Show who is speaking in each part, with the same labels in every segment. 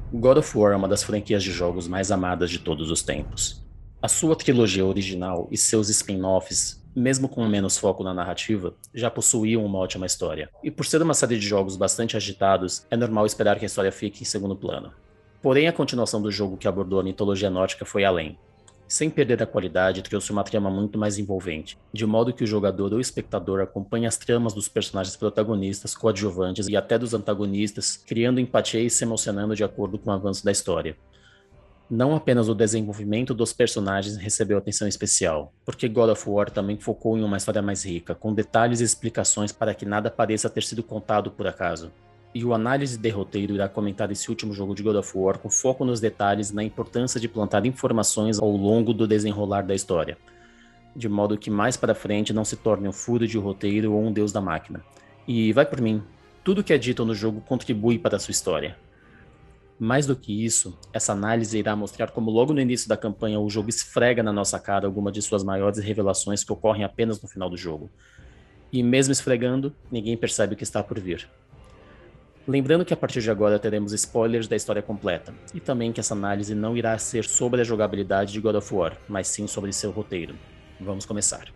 Speaker 1: God of War é uma das franquias de jogos mais amadas de todos os tempos. A sua trilogia original e seus spin-offs, mesmo com menos foco na narrativa, já possuíam uma ótima história. E por ser uma série de jogos bastante agitados, é normal esperar que a história fique em segundo plano. Porém, a continuação do jogo que abordou a mitologia nórdica foi além. Sem perder a qualidade, trouxe uma trama muito mais envolvente, de modo que o jogador ou espectador acompanhe as tramas dos personagens protagonistas, coadjuvantes e até dos antagonistas, criando empatia e se emocionando de acordo com o avanço da história. Não apenas o desenvolvimento dos personagens recebeu atenção especial, porque God of War também focou em uma história mais rica, com detalhes e explicações para que nada pareça ter sido contado por acaso. E o análise de roteiro irá comentar esse último jogo de God of War com foco nos detalhes e na importância de plantar informações ao longo do desenrolar da história, de modo que mais para frente não se torne um furo de roteiro ou um deus da máquina. E vai por mim, tudo que é dito no jogo contribui para a sua história. Mais do que isso, essa análise irá mostrar como logo no início da campanha o jogo esfrega na nossa cara alguma de suas maiores revelações que ocorrem apenas no final do jogo. E mesmo esfregando, ninguém percebe o que está por vir. Lembrando que a partir de agora teremos spoilers da história completa, e também que essa análise não irá ser sobre a jogabilidade de God of War, mas sim sobre seu roteiro. Vamos começar.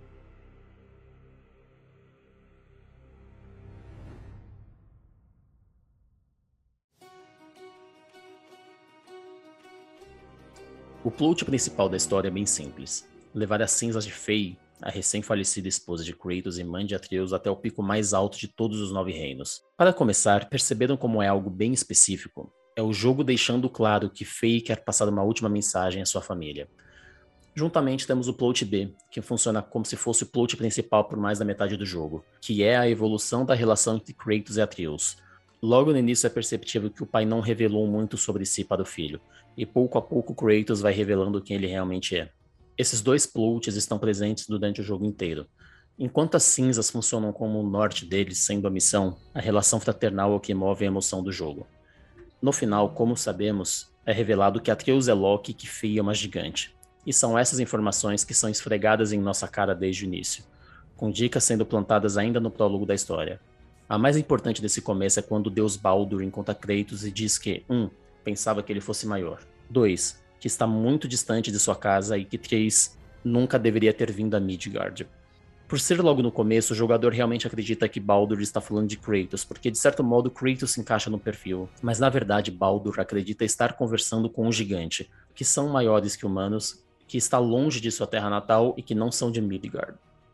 Speaker 1: O plot principal da história é bem simples: levar as cinzas de Faye, a recém-falecida esposa de Kratos e mãe de Atreus, até o pico mais alto de todos os 9 reinos. Para começar, perceberam como é algo bem específico? É o jogo deixando claro que Faye quer passar uma última mensagem à sua família. Juntamente temos o plot B, que funciona como se fosse o plot principal por mais da metade do jogo, que é a evolução da relação entre Kratos e Atreus. Logo no início é perceptível que o pai não revelou muito sobre si para o filho, e pouco a pouco Kratos vai revelando quem ele realmente é. Esses dois plots estão presentes durante o jogo inteiro. Enquanto as cinzas funcionam como o norte deles, sendo a missão, a relação fraternal é o que move a emoção do jogo. No final, como sabemos, é revelado que Atreus é Loki e que Fia é uma gigante. E são essas informações que são esfregadas em nossa cara desde o início, com dicas sendo plantadas ainda no prólogo da história. A mais importante desse começo é quando o deus Baldur encontra Kratos e diz que 1. Pensava que ele fosse maior. 2. Que está muito distante de sua casa e que 3. Nunca deveria ter vindo a Midgard. Por ser logo no começo, o jogador realmente acredita que Baldur está falando de Kratos, porque de certo modo Kratos se encaixa no perfil, mas na verdade Baldur acredita estar conversando com um gigante, que são maiores que humanos, que está longe de sua terra natal e que não são de Midgard.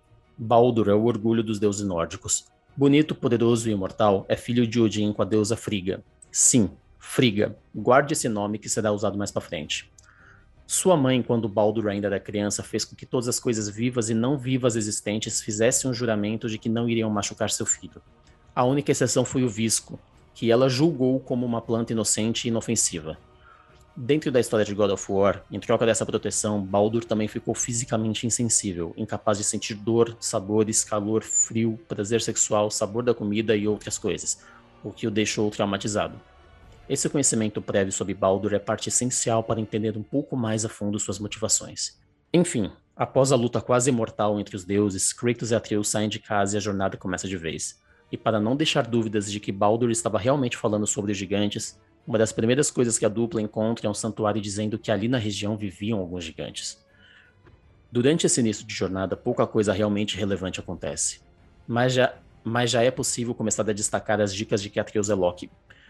Speaker 1: Baldur é o orgulho dos deuses nórdicos. Bonito, poderoso e imortal, é filho de Odin com a deusa Frigga. Sim, Frigga. Guarde esse nome que será usado mais para frente. Sua mãe, quando Baldur ainda era criança, fez com que todas as coisas vivas e não vivas existentes fizessem um juramento de que não iriam machucar seu filho. A única exceção foi o visco, que ela julgou como uma planta inocente e inofensiva. Dentro da história de God of War, em troca dessa proteção, Baldur também ficou fisicamente insensível, incapaz de sentir dor, sabores, calor, frio, prazer sexual, sabor da comida e outras coisas, o que o deixou traumatizado. Esse conhecimento prévio sobre Baldur é parte essencial para entender um pouco mais a fundo suas motivações. Enfim, após a luta quase imortal entre os deuses, Kratos e Atreus saem de casa e a jornada começa de vez. E para não deixar dúvidas de que Baldur estava realmente falando sobre os gigantes, uma das primeiras coisas que a dupla encontra é um santuário dizendo que ali na região viviam alguns gigantes. Durante esse início de jornada, pouca coisa realmente relevante acontece. Mas já é possível começar a destacar as dicas de que Atreus é Loki.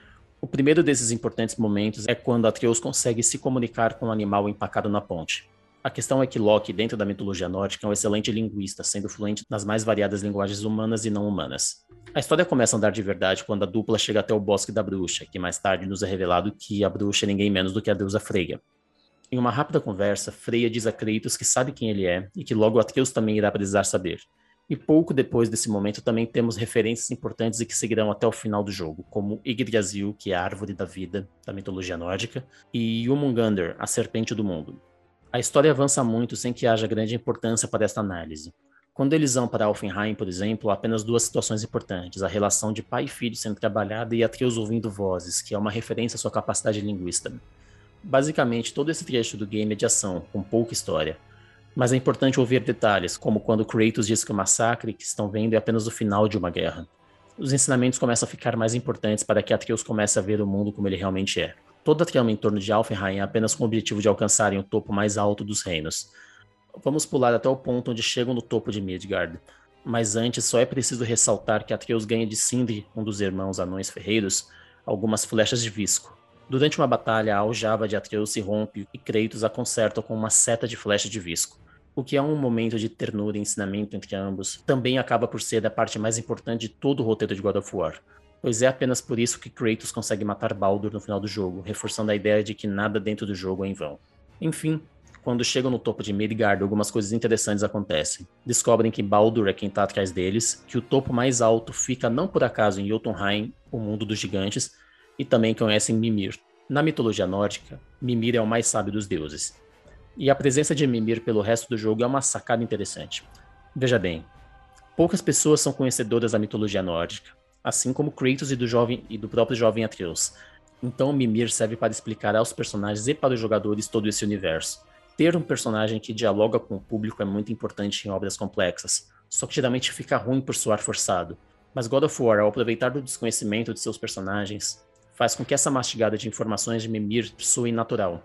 Speaker 1: O primeiro desses importantes momentos é quando Atreus consegue se comunicar com um animal empacado na ponte. A questão é que Loki, dentro da mitologia nórdica, é um excelente linguista, sendo fluente nas mais variadas linguagens humanas e não humanas. A história começa a andar de verdade quando a dupla chega até o Bosque da Bruxa, que mais tarde nos é revelado que a bruxa é ninguém menos do que a deusa Freyja. Em uma rápida conversa, Freya diz a Kratos que sabe quem ele é e que logo Atreus também irá precisar saber. E pouco depois desse momento também temos referências importantes e que seguirão até o final do jogo, como Yggdrasil, que é a árvore da vida da mitologia nórdica, e Jormungandr, a serpente do mundo. A história avança muito sem que haja grande importância para esta análise. Quando eles vão para Alfenheim, por exemplo, há apenas duas situações importantes: a relação de pai e filho sendo trabalhada e Atreus ouvindo vozes, que é uma referência à sua capacidade linguista. Basicamente, todo esse trecho do game é de ação, com pouca história. Mas é importante ouvir detalhes, como quando Kratos diz que o massacre que estão vendo é apenas o final de uma guerra. Os ensinamentos começam a ficar mais importantes para que Atreus comece a ver o mundo como ele realmente é. Toda a trama em torno de Alfheim é apenas com o objetivo de alcançarem o topo mais alto dos reinos. Vamos pular até o ponto onde chegam no topo de Midgard. Mas antes, só é preciso ressaltar que Atreus ganha de Sindri, um dos irmãos anões ferreiros, algumas flechas de visco. Durante uma batalha, a aljava de Atreus se rompe e Kratos a conserta com uma seta de flecha de visco. O que é um momento de ternura e ensinamento entre ambos, também acaba por ser a parte mais importante de todo o roteiro de God of War, pois é apenas por isso que Kratos consegue matar Baldur no final do jogo, reforçando a ideia de que nada dentro do jogo é em vão. Enfim, quando chegam no topo de Midgard, algumas coisas interessantes acontecem. Descobrem que Baldur é quem está atrás deles, que o topo mais alto fica não por acaso em Jotunheim, o mundo dos gigantes, e também conhecem Mimir. Na mitologia nórdica, Mimir é o mais sábio dos deuses. E a presença de Mimir pelo resto do jogo é uma sacada interessante. Veja bem, poucas pessoas são conhecedoras da mitologia nórdica, assim como Kratos e do próprio jovem Atreus. Então Mimir serve para explicar aos personagens e para os jogadores todo esse universo. Ter um personagem que dialoga com o público é muito importante em obras complexas, só que geralmente fica ruim por soar forçado. Mas God of War, ao aproveitar do desconhecimento de seus personagens, faz com que essa mastigada de informações de Mimir soe natural.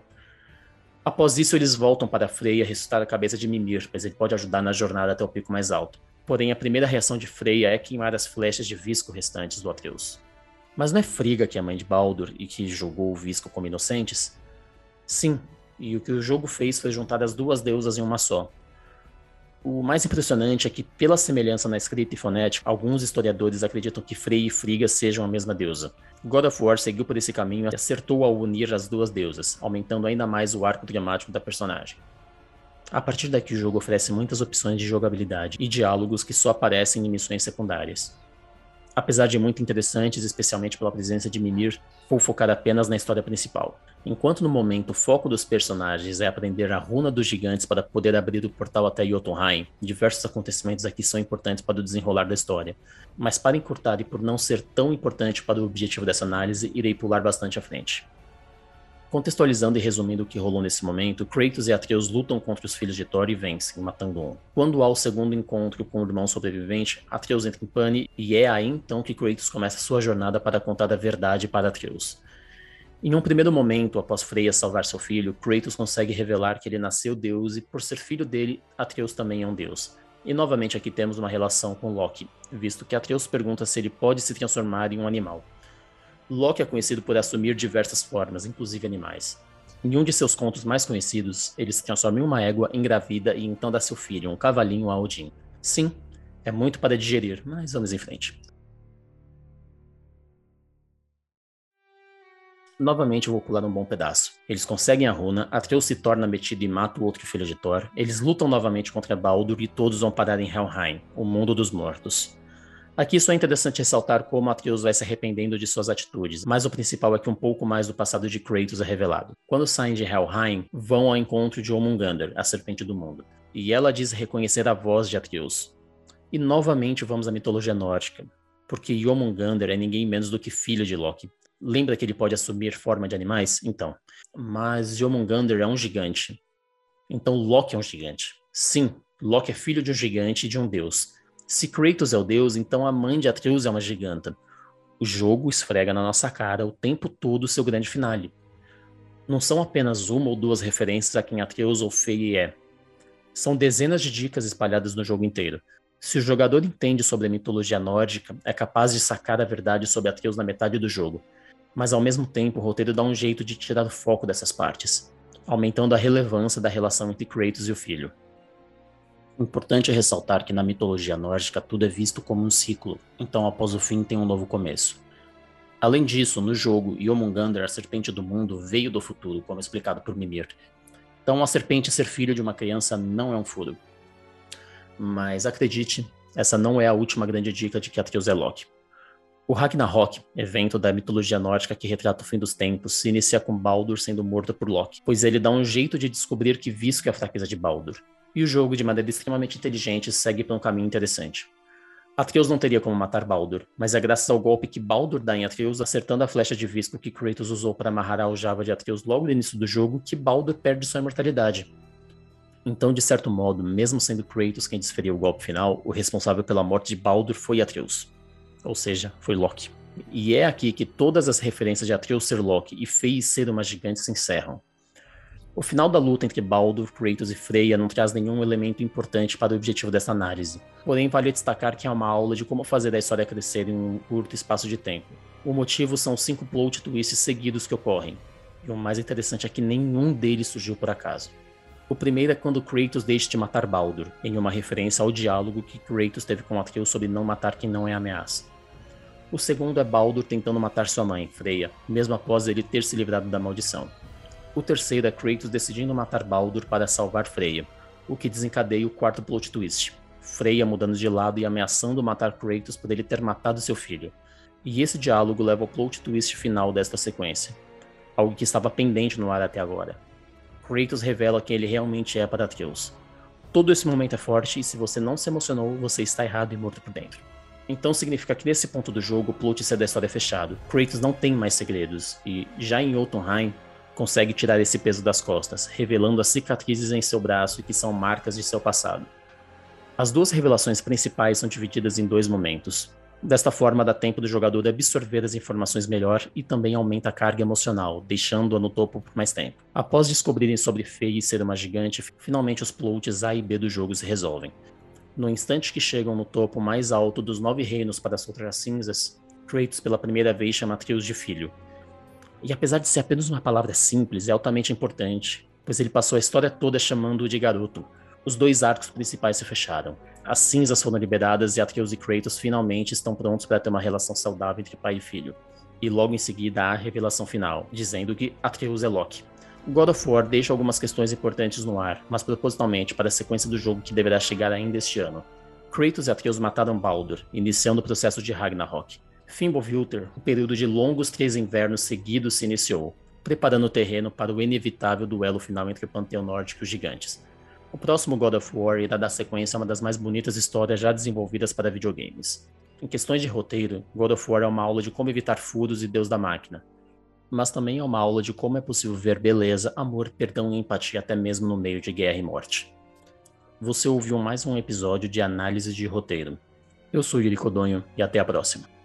Speaker 1: Após isso, eles voltam para Freya ressuscitar a cabeça de Mimir, pois ele pode ajudar na jornada até o pico mais alto. Porém, a primeira reação de Freya é queimar as flechas de visco restantes do Atreus. Mas não é Frigga que é a mãe de Baldur e que julgou o visco como inocentes? Sim, e o que o jogo fez foi juntar as duas deusas em uma só. O mais impressionante é que, pela semelhança na escrita e fonética, alguns historiadores acreditam que Freyja e Frigga sejam a mesma deusa. God of War seguiu por esse caminho e acertou ao unir as duas deusas, aumentando ainda mais o arco dramático da personagem. A partir daqui o jogo oferece muitas opções de jogabilidade e diálogos que só aparecem em missões secundárias. Apesar de muito interessantes, especialmente pela presença de Mimir, vou focar apenas na história principal. Enquanto no momento o foco dos personagens é aprender a runa dos gigantes para poder abrir o portal até Jotunheim, diversos acontecimentos aqui são importantes para o desenrolar da história. Mas para encurtar e por não ser tão importante para o objetivo dessa análise, irei pular bastante à frente. Contextualizando e resumindo o que rolou nesse momento, Kratos e Atreus lutam contra os filhos de Thor e vencem, matando um. Quando há o segundo encontro com o irmão sobrevivente, Atreus entra em pane e é aí então que Kratos começa sua jornada para contar a verdade para Atreus. Em um primeiro momento, após Freya salvar seu filho, Kratos consegue revelar que ele nasceu deus e por ser filho dele, Atreus também é um deus. E novamente aqui temos uma relação com Loki, visto que Atreus pergunta se ele pode se transformar em um animal. Loki é conhecido por assumir diversas formas, inclusive animais. Em um de seus contos mais conhecidos, ele se transforma em uma égua, engravida e então dá seu filho, um cavalinho, a Odin. Sim, é muito para digerir, mas vamos em frente. Novamente eu vou pular um bom pedaço. Eles conseguem a runa, Atreus se torna metido e mata o outro filho de Thor, eles lutam novamente contra Baldur e todos vão parar em Helheim, o mundo dos mortos. Aqui só é interessante ressaltar como Atreus vai se arrependendo de suas atitudes, mas o principal é que um pouco mais do passado de Kratos é revelado. Quando saem de Helheim, vão ao encontro de Jormungandr, a serpente do mundo, e ela diz reconhecer a voz de Atreus. E novamente vamos à mitologia nórdica, porque Jormungandr é ninguém menos do que filho de Loki. Lembra que ele pode assumir forma de animais? Então. Mas Jormungandr é um gigante. Então Loki é um gigante. Sim, Loki é filho de um gigante e de um deus. Se Kratos é o deus, então a mãe de Atreus é uma giganta. O jogo esfrega na nossa cara o tempo todo seu grande finale. Não são apenas uma ou duas referências a quem Atreus ou Freyja é. São dezenas de dicas espalhadas no jogo inteiro. Se o jogador entende sobre a mitologia nórdica, é capaz de sacar a verdade sobre Atreus na metade do jogo. Mas ao mesmo tempo o roteiro dá um jeito de tirar o foco dessas partes, aumentando a relevância da relação entre Kratos e o filho. Importante é ressaltar que na mitologia nórdica tudo é visto como um ciclo, então após o fim tem um novo começo. Além disso, no jogo, Jormungandr, a serpente do mundo, veio do futuro, como explicado por Mimir. Então a serpente ser filho de uma criança não é um furo. Mas acredite, essa não é a última grande dica de que Atreus é Loki. O Ragnarok, evento da mitologia nórdica que retrata o fim dos tempos, se inicia com Baldur sendo morto por Loki, pois ele dá um jeito de descobrir que Visco é a fraqueza de Baldur. E o jogo, de maneira extremamente inteligente, segue por um caminho interessante. Atreus não teria como matar Baldur, mas é graças ao golpe que Baldur dá em Atreus, acertando a flecha de Visco que Kratos usou para amarrar a aljava de Atreus logo no início do jogo, que Baldur perde sua imortalidade. Então, de certo modo, mesmo sendo Kratos quem desferiu o golpe final, o responsável pela morte de Baldur foi Atreus. Ou seja, foi Loki. E é aqui que todas as referências de Atreus ser Loki e Frey ser uma gigante se encerram. O final da luta entre Baldur, Kratos e Freya não traz nenhum elemento importante para o objetivo dessa análise. Porém, vale destacar que é uma aula de como fazer a história crescer em um curto espaço de tempo. O motivo são 5 plot twists seguidos que ocorrem, e o mais interessante é que nenhum deles surgiu por acaso. O primeiro é quando Kratos deixa de matar Baldur, em uma referência ao diálogo que Kratos teve com Atreus sobre não matar quem não é ameaça. O segundo é Baldur tentando matar sua mãe, Freya, mesmo após ele ter se livrado da maldição. O terceiro é Kratos decidindo matar Baldur para salvar Freya, o que desencadeia o quarto plot twist. Freya mudando de lado e ameaçando matar Kratos por ele ter matado seu filho. E esse diálogo leva ao plot twist final desta sequência, algo que estava pendente no ar até agora. Kratos revela quem ele realmente é para Atreus. Todo esse momento é forte e se você não se emocionou, você está errado e morto por dentro. Então significa que nesse ponto do jogo o plot da história é fechado. Kratos não tem mais segredos e, já em Jotunheim, consegue tirar esse peso das costas, revelando as cicatrizes em seu braço que são marcas de seu passado. As duas revelações principais são divididas em 2 momentos. Desta forma, dá tempo do jogador absorver as informações melhor e também aumenta a carga emocional, deixando-a no topo por mais tempo. Após descobrirem sobre Frey ser uma gigante, finalmente os plots A e B do jogo se resolvem. No instante que chegam no topo mais alto dos 9 reinos para soltar as cinzas, Kratos pela primeira vez chama Atreus de filho. E apesar de ser apenas uma palavra simples, é altamente importante, pois ele passou a história toda chamando-o de garoto. Os 2 arcos principais se fecharam. As cinzas foram liberadas e Atreus e Kratos finalmente estão prontos para ter uma relação saudável entre pai e filho. E logo em seguida há a revelação final, dizendo que Atreus é Loki. God of War deixa algumas questões importantes no ar, mas propositalmente para a sequência do jogo que deverá chegar ainda este ano. Kratos e Atreus mataram Baldur, iniciando o processo de Ragnarok. Fimbulwinter, o período de longos 3 invernos seguidos se iniciou, preparando o terreno para o inevitável duelo final entre o panteão nórdico e os gigantes. O próximo God of War irá dar sequência a uma das mais bonitas histórias já desenvolvidas para videogames. Em questões de roteiro, God of War é uma aula de como evitar furos e Deus da máquina, mas também é uma aula de como é possível ver beleza, amor, perdão e empatia até mesmo no meio de guerra e morte. Você ouviu mais um episódio de análise de roteiro. Eu sou Yuri Codonho e até a próxima.